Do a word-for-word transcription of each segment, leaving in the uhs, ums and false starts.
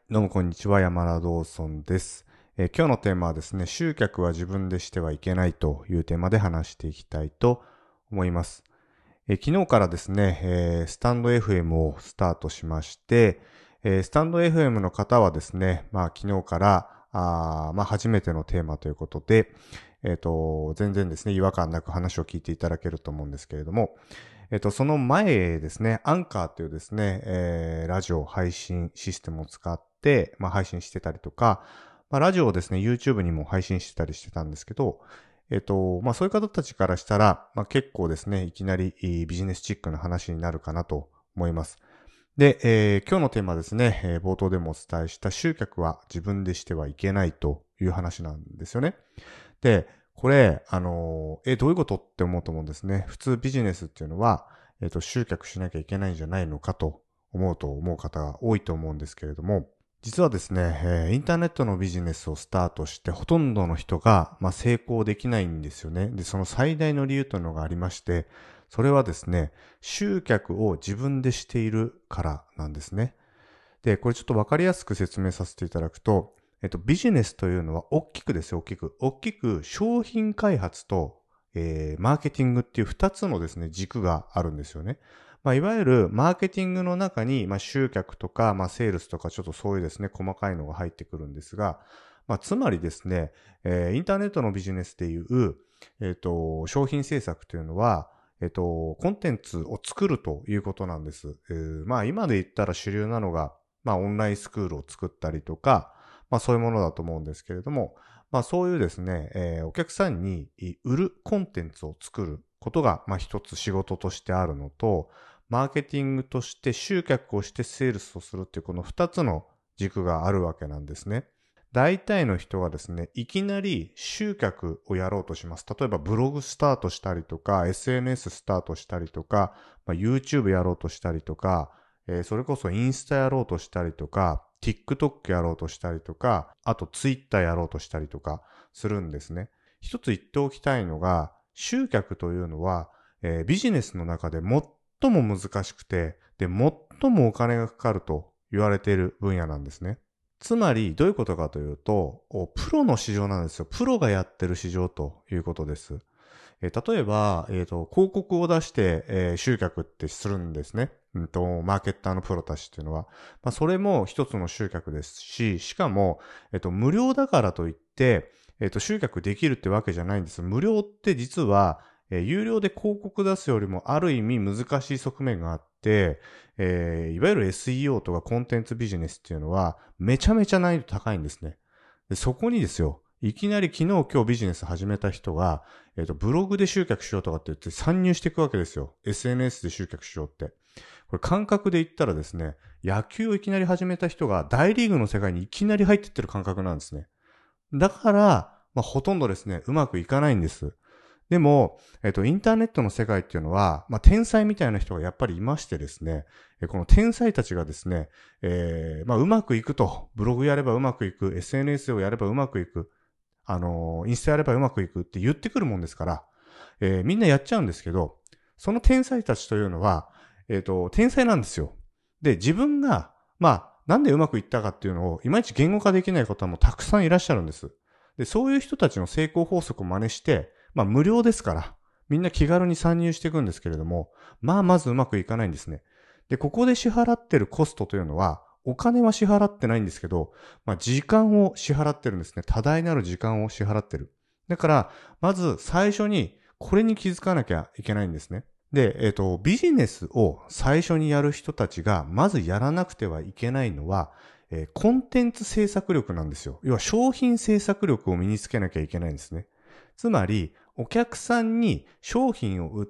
どうもこんにちは、山田道尊です、えー今日のテーマはですね、集客は自分でしてはいけないというテーマで話していきたいと思います。えー昨日からですね、えースタンド エフエム をスタートしまして、えースタンド エフエム の方はですね、まあ昨日からあーまあ初めてのテーマということで、えっ、と、全然ですね、違和感なく話を聞いていただけると思うんですけれども、えっと、その前ですね、アンカーというですね、えーラジオ配信システムを使って、まあ、配信してたりとか、まあ、ラジオをですね、YouTube にも配信してたりしてたんですけど、えっと、まあ、そういう方たちからしたら、まあ、結構ですね、いきなりいいビジネスチックな話になるかなと思います。で、えー今日のテーマですね、えー冒頭でもお伝えした集客は自分でしてはいけないという話なんですよね。で、これ、あの、え、どういうことって思うと思うんですね。普通ビジネスっていうのは、えっと、集客しなきゃいけないんじゃないのかと思うと思う方が多いと思うんですけれども、実はですね、えーインターネットのビジネスをスタートしてほとんどの人が、まあ、成功できないんですよね。で、その最大の理由というのがありまして、それはですね、集客を自分でしているからなんですね。で、これちょっとわかりやすく説明させていただくと、えっと、ビジネスというのは大きくですよ、大きく。大きく商品開発と、えー、マーケティングっていう二つのですね、軸があるんですよね。まあ、いわゆるマーケティングの中に、まあ、集客とか、まあ、セールスとか、ちょっとそういうですね、細かいのが入ってくるんですが、まあ、つまりですね、えー、インターネットのビジネスでいう、えっと、商品制作というのは、えっと、コンテンツを作るということなんです。えーまあ、今で言ったら主流なのが、まあ、オンラインスクールを作ったりとか、まあ、そういうものだと思うんですけれども、まあ、そういうですね、えーお客さんに売るコンテンツを作ることが、まあ、一つ仕事としてあるのと、マーケティングとして集客をしてセールスをするっていうこの二つの軸があるわけなんですね。大体の人はですね、いきなり集客をやろうとします。例えばブログスタートしたりとか、エスエヌエス ススタートしたりとか、まあ、YouTube やろうとしたりとか、えーそれこそインスタやろうとしたりとか、TikTok やろうとしたりとか、あと Twitter やろうとしたりとかするんですね。一つ言っておきたいのが、集客というのは、えービジネスの中で最も難しくて、で、最もお金がかかると言われている分野なんですね。つまり、どういうことかというと、プロの市場なんですよ。プロがやってる市場ということです。えー例えば、えっ、と、広告を出して、えー集客ってするんですね。うんと、マーケッターのプロたちっていうのは。まあ、それも一つの集客ですし、しかも、えっ、と、無料だからといって、えっ、と、集客できるってわけじゃないんです。無料って実は、えー有料で広告出すよりもある意味難しい側面があって、えーいわゆる エスイーオー とかコンテンツビジネスっていうのは、めちゃめちゃ難易度高いんですね。で、そこにですよ、いきなり昨日今日ビジネス始めた人が、えっ、と、ブログで集客しようとかって言って参入していくわけですよ。エスエヌエス で集客しようって。これ感覚で言ったらですね、野球をいきなり始めた人が大リーグの世界にいきなり入ってってる感覚なんですね。だから、まあ、ほとんどですね、うまくいかないんです。でも、えっと、インターネットの世界っていうのは、まあ、天才みたいな人がやっぱりいましてですね、えこの天才たちがですね、えー、まあ、うまくいくと、ブログやればうまくいく、エスエヌエス をやればうまくいく、あのーインスタやればうまくいくって言ってくるもんですから、えーみんなやっちゃうんですけど、その天才たちというのは、えっと、天才なんですよ。で、自分が、まあ、なんでうまくいったかっていうのを、いまいち言語化できない方もたくさんいらっしゃるんです。で、そういう人たちの成功法則を真似して、まあ、無料ですから、みんな気軽に参入していくんですけれども、まあ、まずうまくいかないんですね。で、ここで支払ってるコストというのは、お金は支払ってないんですけど、まあ、時間を支払ってるんですね。多大なる時間を支払ってる。だから、まず最初にこれに気づかなきゃいけないんですね。で、えっと、ビジネスを最初にやる人たちが、まずやらなくてはいけないのは、えーコンテンツ制作力なんですよ。要は商品制作力を身につけなきゃいけないんですね。つまり、お客さんに商品を売って、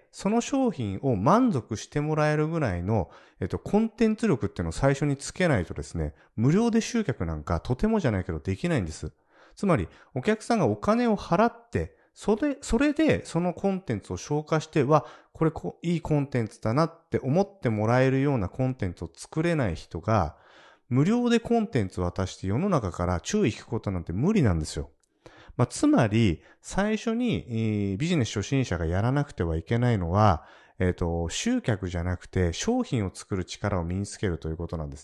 その商品を満足してもらえるぐらいの、えっと、コンテンツ力っていうのを最初につけないとですね、無料で集客なんかとてもじゃないけどできないんです。つまり、お客さんがお金を払って、それ、それでそのコンテンツを消化して、は、これこいいコンテンツだなって思ってもらえるようなコンテンツを作れない人が、無料でコンテンツを渡して世の中から注意引くことなんて無理なんですよ。まあ、つまり、最初に、えービジネス初心者がやらなくてはいけないのは、えっと、集客じゃなくて商品を作る力を身につけるということなんですね。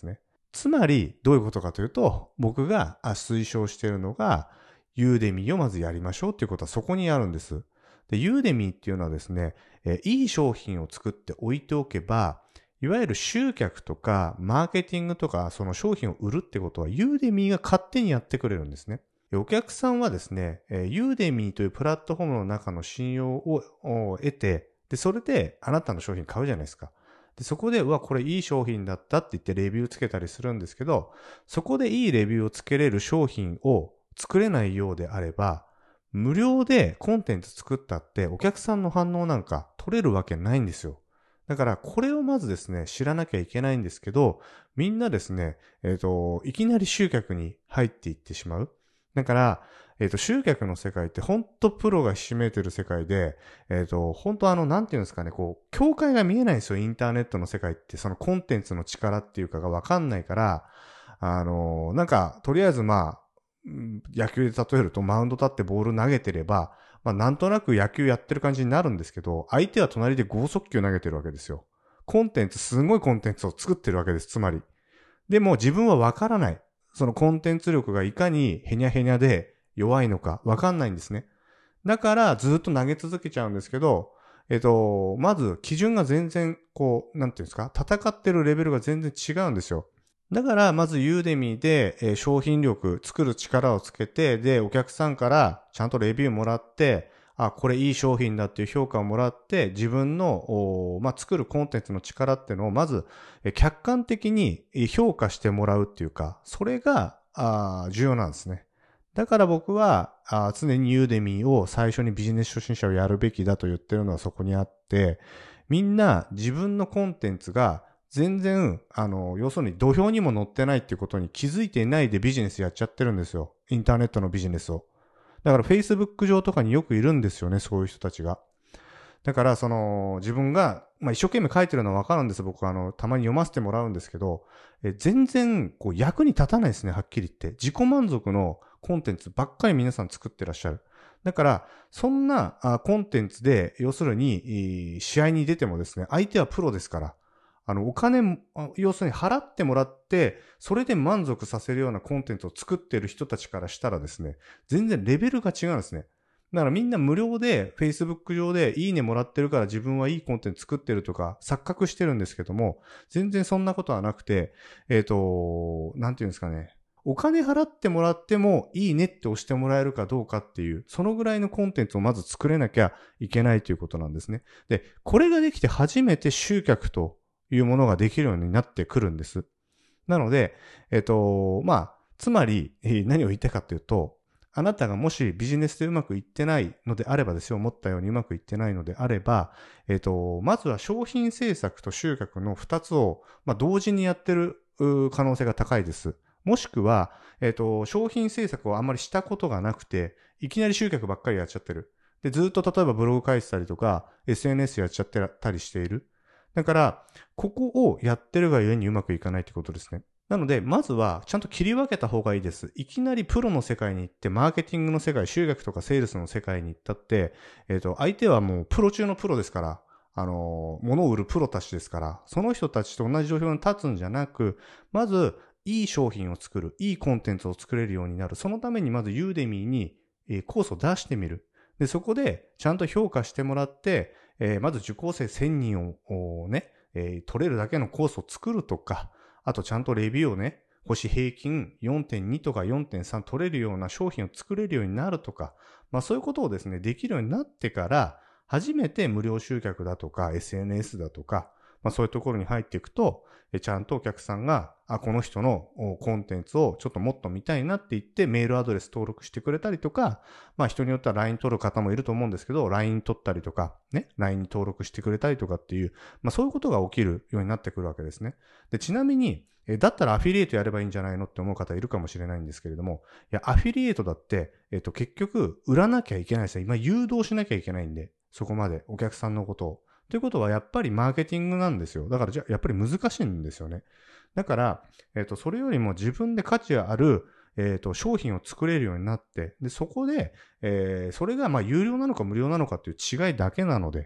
つまり、どういうことかというと、僕が推奨しているのが、ユーデミーをまずやりましょうっていうことはそこにあるんです。で、ユーデミーっていうのはですね、えー、いい商品を作って置いておけば、いわゆる集客とか、マーケティングとか、その商品を売るってことは、ユーデミーが勝手にやってくれるんですね。お客さんはですね、ユーデミーというプラットフォームの中の信用を得て、で、それであなたの商品買うじゃないですか。で、そこで、うわ、これいい商品だったって言ってレビューつけたりするんですけど、そこでいいレビューをつけれる商品を作れないようであれば、無料でコンテンツ作ったってお客さんの反応なんか取れるわけないんですよ。だからこれをまずですね、知らなきゃいけないんですけど、みんなですね、えっと、いきなり集客に入っていってしまう。だから、えっと、集客の世界って本当プロがひしめいてる世界で、えっと、本当あの、なんていうんですかね、こう、境界が見えないんですよ、インターネットの世界って、そのコンテンツの力っていうかがわかんないから、あの、なんか、とりあえずまあ、野球で例えるとマウンド立ってボール投げてれば、まあなんとなく野球やってる感じになるんですけど、相手は隣で剛速球投げてるわけですよ。コンテンツ、すごいコンテンツを作ってるわけです、つまり。でも自分はわからない。そのコンテンツ力がいかにヘニャヘニャで弱いのかわかんないんですね。だからずっと投げ続けちゃうんですけど、えっと、まず基準が全然こう、なんていうんですか、戦ってるレベルが全然違うんですよ。だから、まずユーデミーで、えー、商品力、作る力をつけて、で、お客さんからちゃんとレビューもらって、あ、これいい商品だっていう評価をもらって、自分の、まあ、作るコンテンツの力っていうのをまず、えー、客観的に評価してもらうっていうか、それが、あ重要なんですね。だから僕はあ、常にユーデミーを最初にビジネス初心者をやるべきだと言ってるのはそこにあって、みんな自分のコンテンツが全然、あの、要するに土俵にも載ってないっていうことに気づいていないでビジネスやっちゃってるんですよ。インターネットのビジネスを。だから Facebook 上とかによくいるんですよね、そういう人たちが。だから、その、自分が、まあ、一生懸命書いてるのはわかるんです。僕は、あの、たまに読ませてもらうんですけど、え全然、こう、役に立たないですね、はっきり言って。自己満足のコンテンツばっかり皆さん作ってらっしゃる。だから、そんなあコンテンツで、要するに、試合に出てもですね、相手はプロですから、あの、お金、要するに払ってもらって、それで満足させるようなコンテンツを作ってる人たちからしたらですね、全然レベルが違うんですね。だからみんな無料で Facebook 上でいいねもらってるから自分はいいコンテンツ作ってるとか錯覚してるんですけども、全然そんなことはなくて、えっと、なんていうんですかね。お金払ってもらってもいいねって押してもらえるかどうかっていう、そのぐらいのコンテンツをまず作れなきゃいけないということなんですね。で、これができて初めて集客というものができるようになってくるんです。なので、えっと、まあ、つまり何を言いたいかというと、あなたがもしビジネスでうまくいってないのであればですよ、思ったようにうまくいってないのであれば、えっと、まずは商品制作と集客の二つを、まあ、同時にやってる可能性が高いです。もしくは、えっと、商品制作をあんまりしたことがなくて、いきなり集客ばっかりやっちゃってる。で、ずっと例えばブログ書いてたりとか、エスエヌエス やっちゃってたりしている。だから、ここをやってるがゆえにうまくいかないってことですね。なので、まずは、ちゃんと切り分けた方がいいです。いきなりプロの世界に行って、マーケティングの世界、集客とかセールスの世界に行ったって、えっと、相手はもうプロ中のプロですから、あの、物を売るプロたちですから、その人たちと同じ状況に立つんじゃなく、まず、いい商品を作る、いいコンテンツを作れるようになる。そのためにまずユーデミーに、えー、コースを出してみる。で、そこでちゃんと評価してもらって、えー、まず受講生せんにんをね、えー、取れるだけのコースを作るとか、あとちゃんとレビューをね、星平均 よんてんに とか よんてんさん 取れるような商品を作れるようになるとか、まあそういうことをですね、できるようになってから、初めて無料集客だとか エスエヌエス だとか、まあそういうところに入っていくと、ちゃんとお客さんが、あ、この人のコンテンツをちょっともっと見たいなって言ってメールアドレス登録してくれたりとか、まあ人によっては ライン 取る方もいると思うんですけど、ライン 取ったりとか、ね、ライン に登録してくれたりとかっていう、まあそういうことが起きるようになってくるわけですね。で、ちなみに、だったらアフィリエイトやればいいんじゃないのって思う方いるかもしれないんですけれども、いや、アフィリエイトだって、えっと、結局、売らなきゃいけないですよ。今、誘導しなきゃいけないんで、そこまで、お客さんのことを。ということは、やっぱりマーケティングなんですよ。だから、じゃあ、やっぱり難しいんですよね。だから、えっと、それよりも自分で価値ある、えっと、商品を作れるようになって、で、そこで、えー、それが、まあ、有料なのか無料なのかっていう違いだけなので、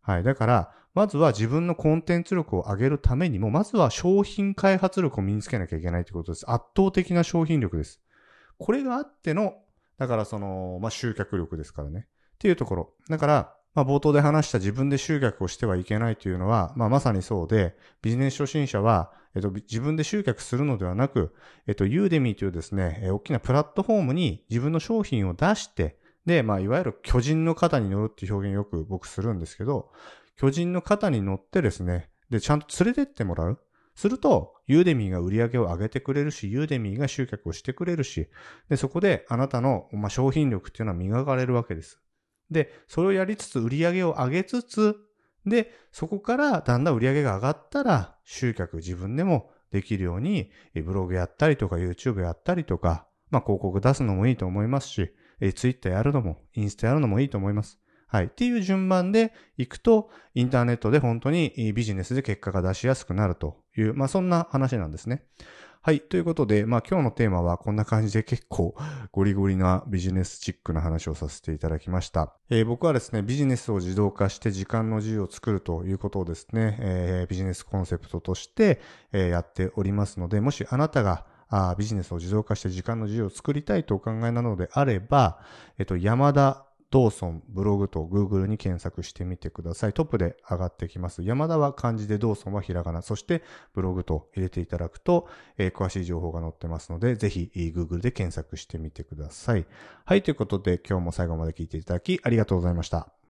はい。だから、まずは自分のコンテンツ力を上げるためにも、まずは商品開発力を身につけなきゃいけないということです。圧倒的な商品力です。これがあっての、だからその、まあ、集客力ですからね。っていうところ。だから、まあ、冒頭で話した自分で集客をしてはいけないというのは、まあ、まさにそうで、ビジネス初心者は、えっと、自分で集客するのではなく、えっと、ユーデミーというですね、えー大きなプラットフォームに自分の商品を出して、で、まあ、いわゆる巨人の肩に乗るっていう表現よく僕するんですけど、巨人の肩に乗ってですね、で、ちゃんと連れてってもらう。すると、ユーデミーが売り上げを上げてくれるし、ユーデミーが集客をしてくれるし、で、そこであなたの、まあ、商品力っていうのは磨かれるわけです。で、それをやりつつ、売り上げを上げつつ、で、そこからだんだん売り上げが上がったら、集客自分でもできるように、ブログやったりとか、YouTube やったりとか、まあ、広告出すのもいいと思いますし、Twitter やるのも、インスタやるのもいいと思います。はい。っていう順番でいくと、インターネットで本当にビジネスで結果が出しやすくなるという、まあそんな話なんですね。はい。ということで、まあ今日のテーマはこんな感じで結構ゴリゴリなビジネスチックな話をさせていただきました。えー、僕はですね、ビジネスを自動化して時間の自由を作るということをですね、えー、ビジネスコンセプトとして、えー、やっておりますので、もしあなたがあビジネスを自動化して時間の自由を作りたいとお考えなのであれば、えっと、山田ドーソンブログと Google に検索してみてください。トップで上がってきます。山田は漢字でドーソンはひらがな。そしてブログと入れていただくと、えー、詳しい情報が載ってますので、ぜひ Google で検索してみてください。はい、ということで今日も最後まで聞いていただきありがとうございました。